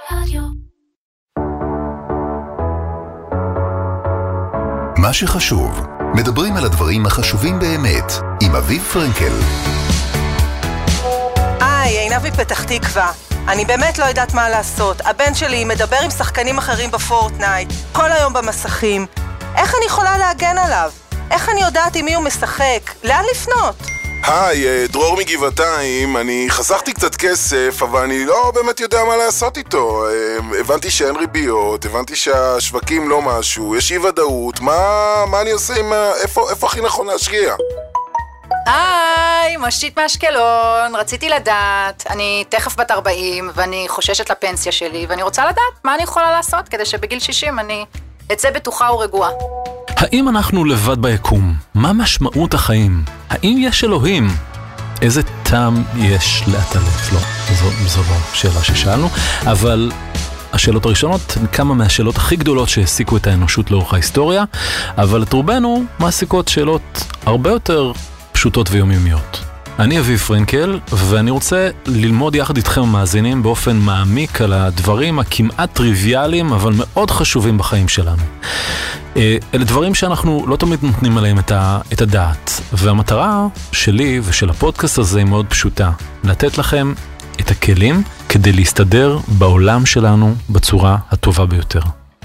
רדיו. מה שחשוב, מדברים על הדברים החשובים באמת, עם אביב פרנקל. עינב מפתח תקווה. אני באמת לא יודעת מה לעשות. הבן שלי מדבר עם שחקנים אחרים בפורטנייט, כל היום במסכים. איך אני יכולה להגן עליו? איך אני יודעת עם מי הוא משחק? לאן לפנות? היי, דרור מגבעתיים. אני חסכתי קצת כסף, אבל אני לא באמת יודע מה לעשות איתו. הבנתי שאין ריביות, הבנתי שהשווקים לא משהו, יש אי ודאות. מה אני עושה עם... איפה הכי נכון להשקיע? היי, משית מאשקלון, רציתי לדעת, אני תכף בת 40 ואני חוששת לפנסיה שלי ואני רוצה לדעת מה אני יכולה לעשות כדי שבגיל 60 אני אצא בטוחה ורגועה. האם אנחנו לבד ביקום? מה משמעות החיים? האם יש אלוהים? איזה טעם יש לעטלף? לא, זו לא שאלה ששאלנו, אבל השאלות הראשונות הן כמה מהשאלות הכי גדולות שהעסיקו את האנושות לאורך ההיסטוריה, אבל את רובנו מעסיקות שאלות הרבה יותר פשוטות ויומיומיות. אני אביב פרנקל, ואני רוצה ללמוד יחד איתכם המאזינים באופן מעמיק על הדברים הכמעט טריוויאליים, אבל מאוד חשובים בחיים שלנו. אלה דברים שאנחנו לא תמיד נותנים עליהם את הדעת, והמטרה שלי ושל הפודקאסט הזה היא מאוד פשוטה, לתת לכם את הכלים כדי להסתדר בעולם שלנו בצורה הטובה ביותר.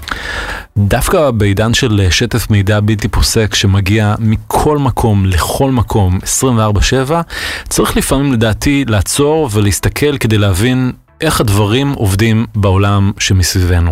דווקא בעידן של שטף מידע בלתי פוסק שמגיע מכל מקום לכל מקום 24/7, צריך לפעמים לדעתי לעצור ולהסתכל כדי להבין איך הדברים עובדים בעולם שמסביבנו.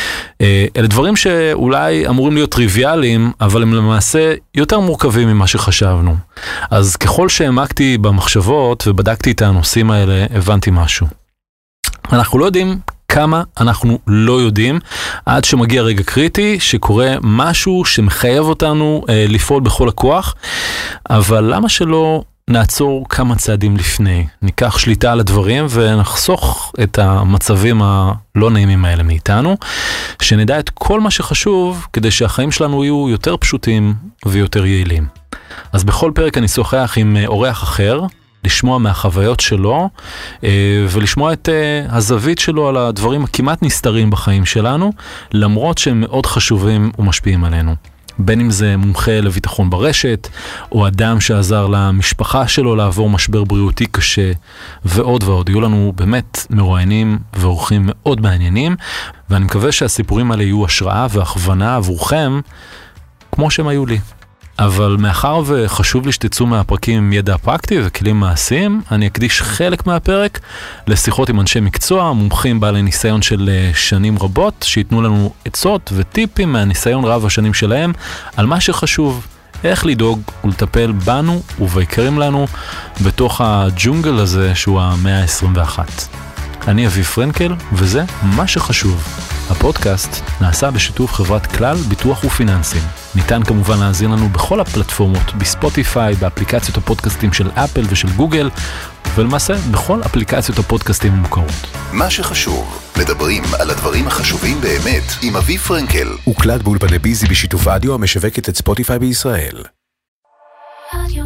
אלה דברים שאולי אמורים להיות טריוויאליים, אבל הם למעשה יותר מורכבים ממה שחשבנו. אז ככל שהעמקתי במחשבות ובדקתי את הנושאים האלה, הבנתי משהו. אנחנו לא יודעים כמה אנחנו לא יודעים, עד שמגיע רגע קריטי, שקורה משהו שמחייב אותנו לפעול בכל הכוח, אבל למה שלא נעצור כמה צעדים לפני? ניקח שליטה על הדברים ונחסוך את המצבים הלא נעימים האלה מאיתנו, שנדע את כל מה שחשוב כדי שהחיים שלנו יהיו יותר פשוטים ויותר יעילים. אז בכל פרק אני שוחח עם אורח אחר, לשמוע מהחוויות שלו, ולשמוע את הזווית שלו על הדברים הכמעט נסתרים בחיים שלנו, למרות שהם מאוד חשובים ומשפיעים עלינו. בין אם זה מומחה לביטחון ברשת, או אדם שעזר למשפחה שלו לעבור משבר בריאותי קשה, ועוד ועוד. יהיו לנו באמת מרואיינים ואורחים מאוד מעניינים, ואני מקווה שהסיפורים האלה יהיו השראה והכוונה עבורכם, כמו שהם היו לי. אבל מאחר וחשוב לי שתצאו מהפרקים עם ידע פרקטי וכלים מעשיים, אני אקדיש חלק מהפרק לשיחות עם אנשי מקצוע, מומחים בעלי ניסיון של שנים רבות, שיתנו לנו עצות וטיפים מהניסיון רב השנים שלהם, על מה שחשוב, איך לדאוג ולטפל בנו וביקרים לנו בתוך הג'ונגל הזה שהוא המאה ה-21. אני אביב פרנקל, וזה מה שחשוב. הפודקאסט נעשה בשיתוף חברת כלל ביטוח ופיננסים. ניתן כמובן להאזין לנו בכל הפלטפורמות, בספוטיפיי, באפליקציות הפודקאסטים של אפל ושל גוגל, ולמעשה בכל אפליקציות הפודקאסטים המוכרות. מה שחשוב, מדברים על הדברים החשובים באמת, עם אביב פרנקל. הוקלט באולפני ביזי בשיתוף אדיו המשווקת את ספוטיפיי בישראל. רדיו.